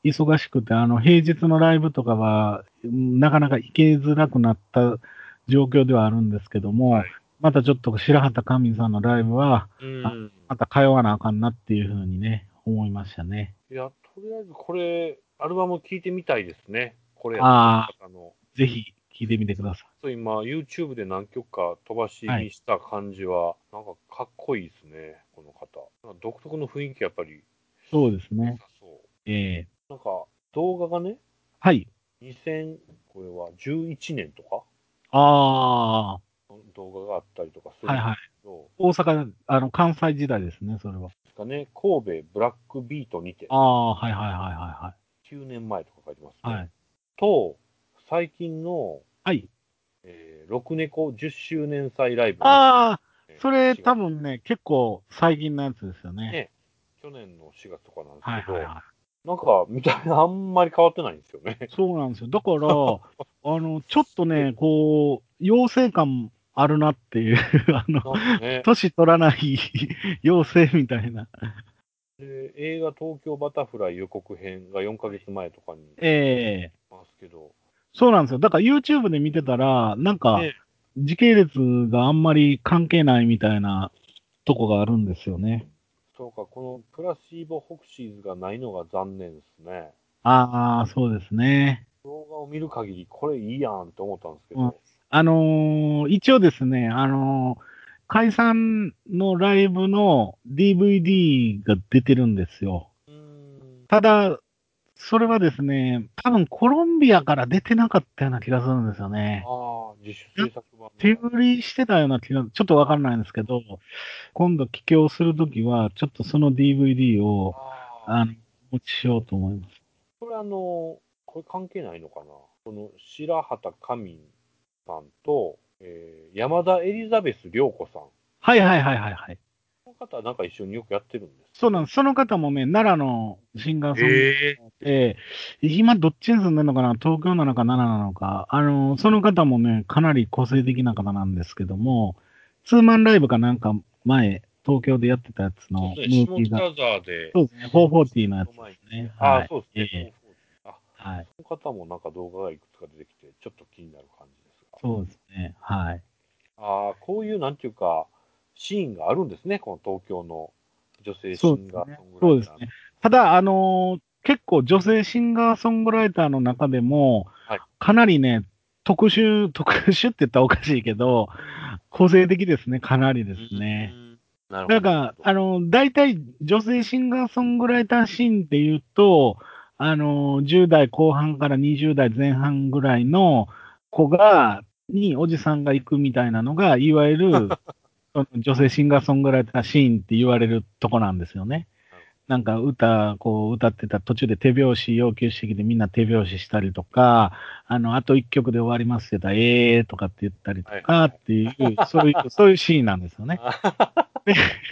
忙しくて、あの、平日のライブとかは、うんなかなか行けづらくなった状況ではあるんですけども、 はい。 またちょっと白畑神さんのライブは、 うあん。 また通わなあかんなっていうふうにね、思いましたね。 いや、とりあえずこれ、アルバム聴いてみたいですね。これやったああ、 方の。 ぜひ聞いてみてくださそう今、YouTube で何曲か飛ばしい。はい。 見した感じは、なんかかっこいいですね、この方。なんか独特の雰囲気やっぱりそうですね。 良さそええう。なんか動画がね、 はい。 にせん、これはじゅういちねんとかああ、 の動画があったりとかするんですはいはい。 けど、 大阪、あの、関西時代ですね、それは。 ですかね、神戸ブラックビートにて、 ああ、はいはいはいはきゅうねんまえとか書いてますいはい。はね。 い。 と、最近の、 はい。 えー、ろく猫じゅっしゅうねん祭ライブに、 ああ、 えそれー、しがつ、 多分ね、結構最近のやつですよね。 ね、去年のしがつとかなんですけど、 はいはいはい。 なんか、見た目あんまり変わってないんですよね。 そうなんですよ。だから、あの、ちょっとね、 すげえ。 こう、妖精感あるなっていう、あの、 なんかね、 年取らない妖精みたいな。 で、映画東京バタフライ予告編がよんかげつまえとかにええますけど、 そうなんですよ。だから YouTube で見てたら、なんか、 ね、 時系列があんまり関係ないみたいなとこがあるんですよね。 そうか、このプラシーボホクシーズがないのが残念ですね。 ああ、そうですね。 動画を見る限り、これいいやんって思ったんですけうん、 ど、 あのー一応ですね、あのー解散のライブの ディーブイディー が出てるんですよ。 うーん、 ただ、それはですね、多分コロンビアから出てなかったような気がするんですよね。 ああ、自主な制作版の手や売りしてたような気が、ちょっとわかんないんですけど、今度帰郷するときは、ちょっとその ディーブイディー を、 ああ、 あの、お持ちしようと思います。 これあの、これ関係ないのかな。この白畑神さんと、えー山田エリザベス涼子さん。 はいはいはいはいはい。 この方はなんか一緒によくやってるんですってね。 そうなんです。その方もね、奈良のシンガーソングええで、今どっちに住んでるのかな、東京なのか奈良なのか、あの、その方もね、かなり個性的な方なんですけども、ツーマンライブかなんか前、東京でやってたやつのそうですね、 ムービーが、 下北沢で、 そうですね、フォーフォーティーのやつで前にすね。 ああ、 はい。 そうですね、 ええフォーフォーあ、 はい。 その方もなんか動画がいくつか出てきて、ちょっと気になる感じですが。 そうですね。はい。 ああ、こういうなんていうか、シーンがあるんですね、この東京の女性そシうですね。 ンガーソングライターの。 そうですね。ただ、あのー結構女性シンガーソングライターの中でも、 はい。 かなりね、特殊、特殊って言ったらおかしいけど、個性的ですね、かなりでうすね。 ーん。なるほど、なるだから、 ほど。 あの、大体女性シンガーソングライターシーンっていうと、あの、じゅう代後半からにじゅう代前半ぐらいの子が、におじさんが行くみたいなのが、いわゆる、その女性シンガーソングライターシーンって言われるとこなんですよね。 なるなんか歌、こう歌ってた途中で手拍子要求してきてみんな手拍子したりとか、あの、あと一曲で終わりますって言ったら、えーとかって言ったりとほどはいはいかっはい。 ていう、そういう、そういうシーンなんですよね。 あで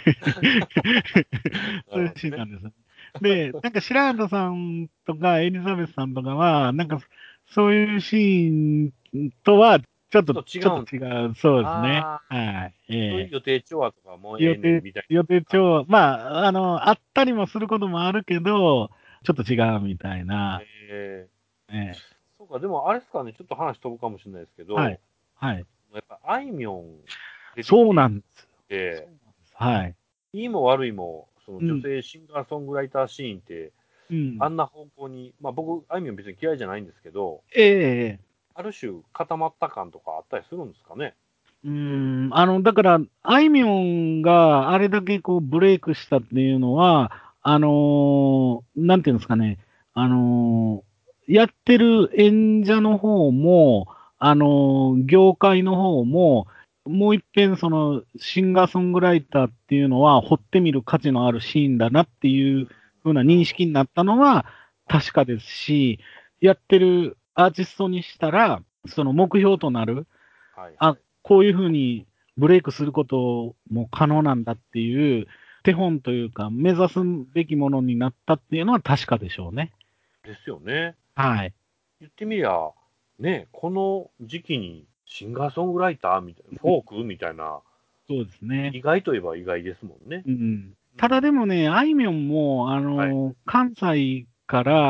なそういうるほどね。 シーンなんですよ。で、なんか白畑さんとかエリザベスさんとかは、なんかそういうシーンとはちょっと、 ちょっと違ちょっとうんだ。 違う。そうですね。 ああ、 はい。えそういうえ予定調和とかもうえ予定、 えねんみたい予定な感調和、まあ、あの、あったりもすることもあるけど、ちょっと違うみたいじ。 な。 ええええそうか、でもあれですかね、ちょっと話飛ぶかもしれないですけど、 はい。はい。 やっぱあいみょん出てきそうていなんですよ。そて、 うなんです。はい。 いいも悪いも、そのうん。 女性シンガーソングライターシーンって、 うん。 あんな方向に、まあ僕、あいみょん別に嫌いじゃないんですけど、 ええある種固まった感とかあったりするんですかね。 うーん、あの、だから、あいみょんがあれだけこうブレイクしたっていうのは、あのーなんていうんですかね、あのーやってる演者の方も、あのー業界の方も、もう一遍そのシンガーソングライターっていうのは掘ってみる価値のあるシーンだなっていう風な認なるほど。 識になったのははい。 確かですし、やってるアーティストにしたら、その目標となる、あ、 はいはい。 こういうふうにブレイクすることも可能なんだっていう手本というか、目指すべきものになったっていうのは確かでしょうね。 ですよね。 はい。 言ってみりゃ、ね、この時期にシンガーソングライターみたいな、フォークみたいな、 そうですね。 意外といえば意外ですもんね。 うん。ただうん。 でもね、あいみょんも、あはい。 の、関西から、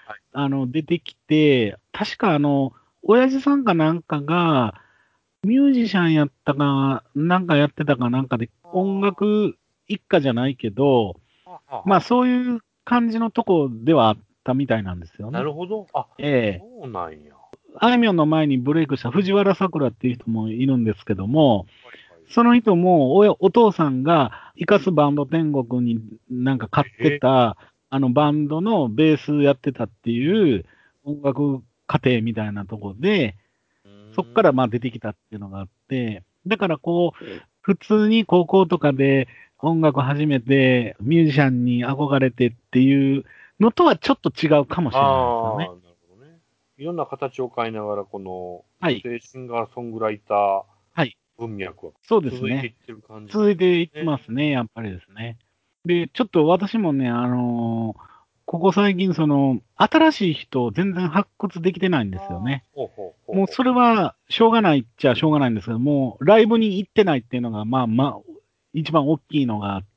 あの、出てきて、確かあの、親父さんかなんかが、ミュージシャンやったか、なんかやってたかなんかで、音楽一家じゃないけど、 ははまあそういう感じのとこではあったみたいなんですよね。 なるほど。あ、 ええ。 そうなんや。 あいみょんの前にブレイクした藤原さくらっていう人もいるんですけども、 はいはい。 その人もおやお父さんがイカスバンド天国になんか買ってた、あのバンドのベースやってたっていう音楽家庭みたいなとこで、 うーんそっからまあ出てきたっていうのがあって、だからこう、普通に高校とかで音楽始めて、ミュージシャンに憧れてっていうのとはちょっと違うかもしれないですよね。 ああ、なるほどね。いろんな形を変えながら、このはい。 女性シンガーソングライターはい。 文脈はそうですね。 続いていってる感じなん続いていってですね。 ますね、やっぱりですね。で、ちょっと私もね、あのーここ最近、その、新しい人を全然発掘できてないんあですよね。 あ、ほうほうほうほう。 もうそれは、しょうがないっちゃしょうがないんですけども、ライブに行ってないっていうのが、まあまあ、一番大きいのがあって、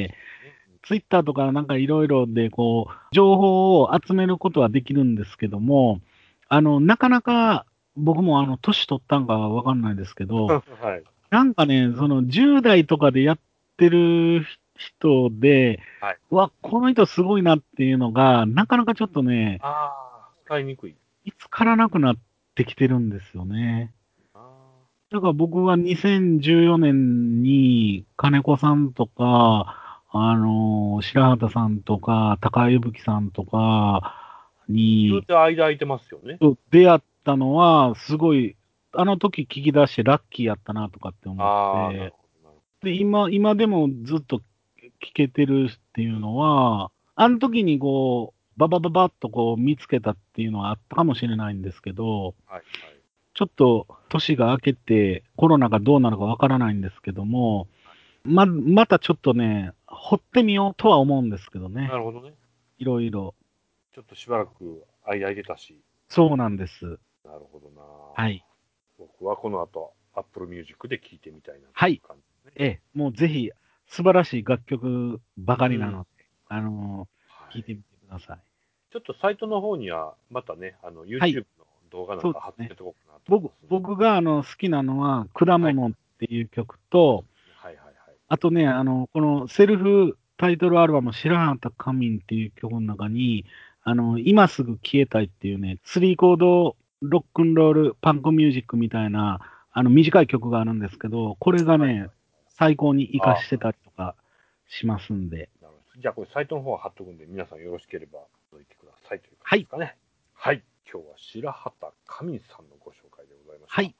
ツイッターとかなんかいろいろで、こう、情報を集めることはできるんですけども、あの、なかなか、僕もあの、年取ったんかわかんないですけど、 はい。 なんかね、そのじゅう代とかでやってる人で、 はい。 うわ、この人すごいなっていうのが、なかなかちょっとね、 ああ、使いにくい。 見つからなくなってきてるんですよね。 あだから僕はにせんじゅうよねんに金子さんとか、あの、白畑さんとか、高井吹さんとか言うにて間空いてますよね。 出会ったのは、すごい、あの時聞き出してラッキーやったなとかって思っああ、なるて、 ほど、なるで、今、今でもずっと聞けてるっていうのは、あの時にこう、ババババッとこう見つけたっていうのはあったかもしれないんですけど、 ほど。はい、はい。 ちょっと年が明けてコロナがどうなるかわからないんですけども、ま、またちょっとね、掘ってみようとは思うんですけどね。 なるほどね。 いろいろ。 ちょっとしばらく間空いてたし。 そうなんです。 なるほどな。 はい。 僕はこの後、Apple Music で聴いてみたいなはい。 という感じですね。 ええ、もうぜひ、素晴らしい楽曲ばかうん。 りなので、あのはい。 聞いてみてください。 ちょっとサイトの方には、またね、あの、 はい。 YouTube の動画なんかそうですね。 貼っつけておこうかなと思い僕、 ますんで。 僕があの好きなのは、果はい。 物っていう曲と、 はいはいはい。 あとね、あの、このセルフタイトルアルバム、白畑仮眠っていう曲の中に、あの、今すぐ消えたいっていうね、スリーコードロックンロールパンクミュージックみたいな、あの、短い曲があるんですけど、これがはい。 ね、最高に活かああ、 してたりとかしますんで。 なるほど。じゃあこれサイトの方は貼っとくんで、皆さんよろしければ覗いてくださいという感はい。 じですかね。はい。今日は白畑神さんのご紹介でございました。 はい。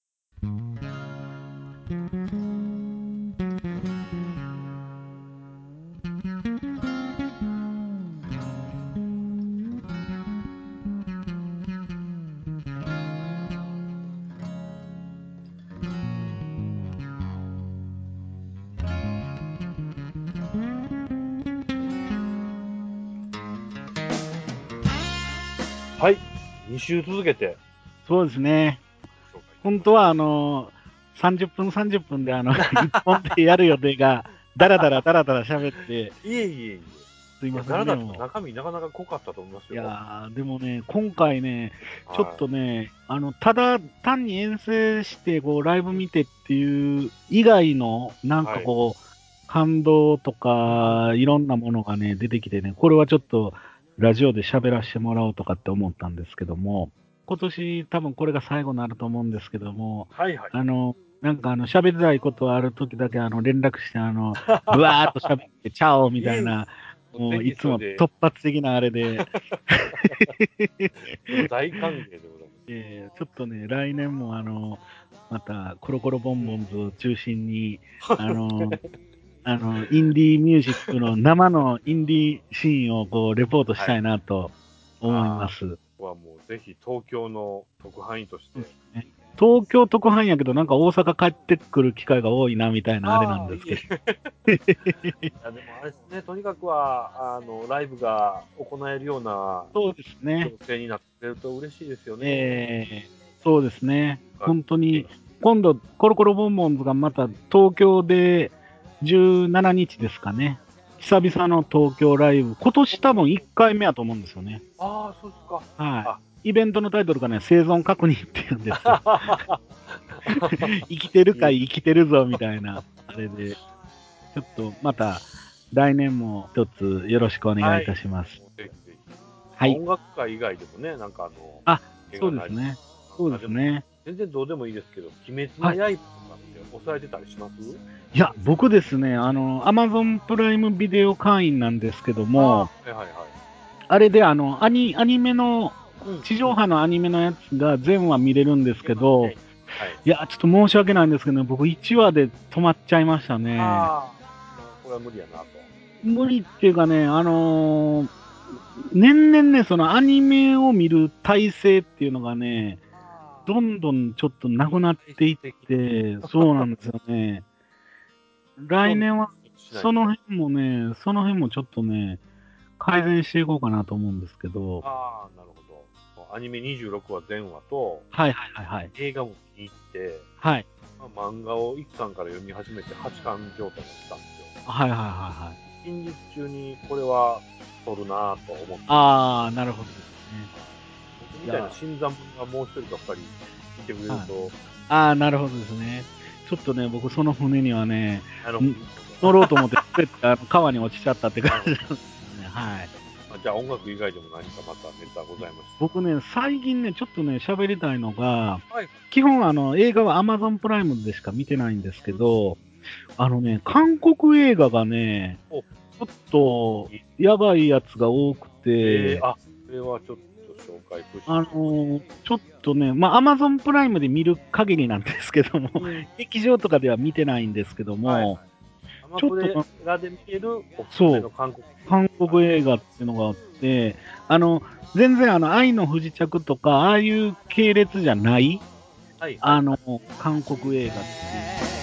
はい。に週続けてそうですね。 ご紹介いたしました。 本当はあの、さんじゅっぷんさんじゅっぷんであの、いっぽんでやる予定が、だらだらだらだら喋って、 いえいえいえ。いや、 すいませんね、 誰だってもう。 中身なかなか濃かったと思いますいよ。 やー、でもね、今回ね、ちょっはとね、あの、ただ単に遠征して、こう、ライブ見てっていう以外の、なんはい。 かこう、感動とか、いろんなものがね、出てきてね、これはちょっと、ラジオで喋らせてもらおうとかって思ったんですけども、今年多分これが最後になると思うんですけども、 はいはい。 あの、なんかあの、喋りたいことある時だけあの、連絡して、あの、ブワーっと喋って、チャオみいえいえ。 たいな、もぜういつもひそれで、 突発的なあれで、 もう大歓迎でございます。 えーちょっとね、来年もあの、また、コロコロボンボンズを中心に、あの、あの、インディーミュージックの生のインディーシーンをこう、レポートしはい。 たいなと思いああ、 ます。 ここはもうぜひ東京の特派員として。 そうですね。東京特派員やけど、なんか大阪帰ってくる機会が多いな、みたいなあれなんああ、いですけど。 え。いや、でもあれですね、とにかくは、あの、ライブが行えるようなそうです情ね。 勢になってると嬉しいですよね。 えー、そうですね。 あ本当に、 ぜひ。 今度、コロコロボンボンズがまた東京でじゅうしちにちですかね。 久々の東京ライブ、今年多分いっかいめやと思うんですよね。 ああ、そうですか。 はい。イベントのタイトルがね、生存確認っていうんですよ。生きてるかい生きてるぞみたいな、あれで、ちょっとまた来年も一つよろしくお願いいたします。 ぜひぜひ。 はい。 音楽界以外でもね、なんかあの、 あ、そうですね。そうですね。 全然どうでもいいですけど、鬼滅のはい。 刃とかって抑えてたりします？ いや、僕ですね、あの、アマゾンプライムビデオ会員なんですけども、 あ、はいはいはい。 あれであの、アニ、アニメの、 うん、 地上波のアニメのやつが全話見れるんですけど、 はい。 いや、ちょっと申し訳ないんですけどね、僕いちわで止まっちゃいましたね。 ああ、これは無理やなと。 無理っていうかね、あのー年々ね、そのアニメを見る体制っていうのがね、どんどんちょっとなくなっていって、そうなんですよね。来年は、その辺もね、その辺もちょっとね、改善していこうかなと思うんですけど。 ああ、なるほど。アニメにじゅうろくわ全話と、 はいはいはいはい。 映画も見に行って、 はい。 まあ、漫画をいっかんから読み始めてはちかん状態になったんですよ。 はいはいはいはい。 近日中にこれは撮るなぁと思って。 ああ、なるほどですね。 僕みたいな新参者がもう一人か二人いてくれると。 はい、ああ、なるほどですね。ちょっとね、僕その船にはね、乗ろうと思って滑ってあの川に落ちちゃったって感じなんですね。はい。 じゃあ音楽以外でも何かまたネタございました？ 僕ね、最近ね、ちょっとね、喋りたいのが、 はい、 基本あの、映画は Amazon プライムでしか見てないんですけど、あのね、韓国映画がね、ちょっと、やばいやつが多くて、 えー、あ、それはちょっと紹介プッシュ。 あのー、ちょっとね、まあ、Amazon プライムで見る限りなんですけども、うん、劇場とかでは見てないんですけども、はいはい、 アマプレがで見れるおすすめの韓国映画。韓国映画っていうのがあって、あの、全然あの、愛の不時着とか、ああいう系列じゃない、はいはい、あの、韓国映画っていう。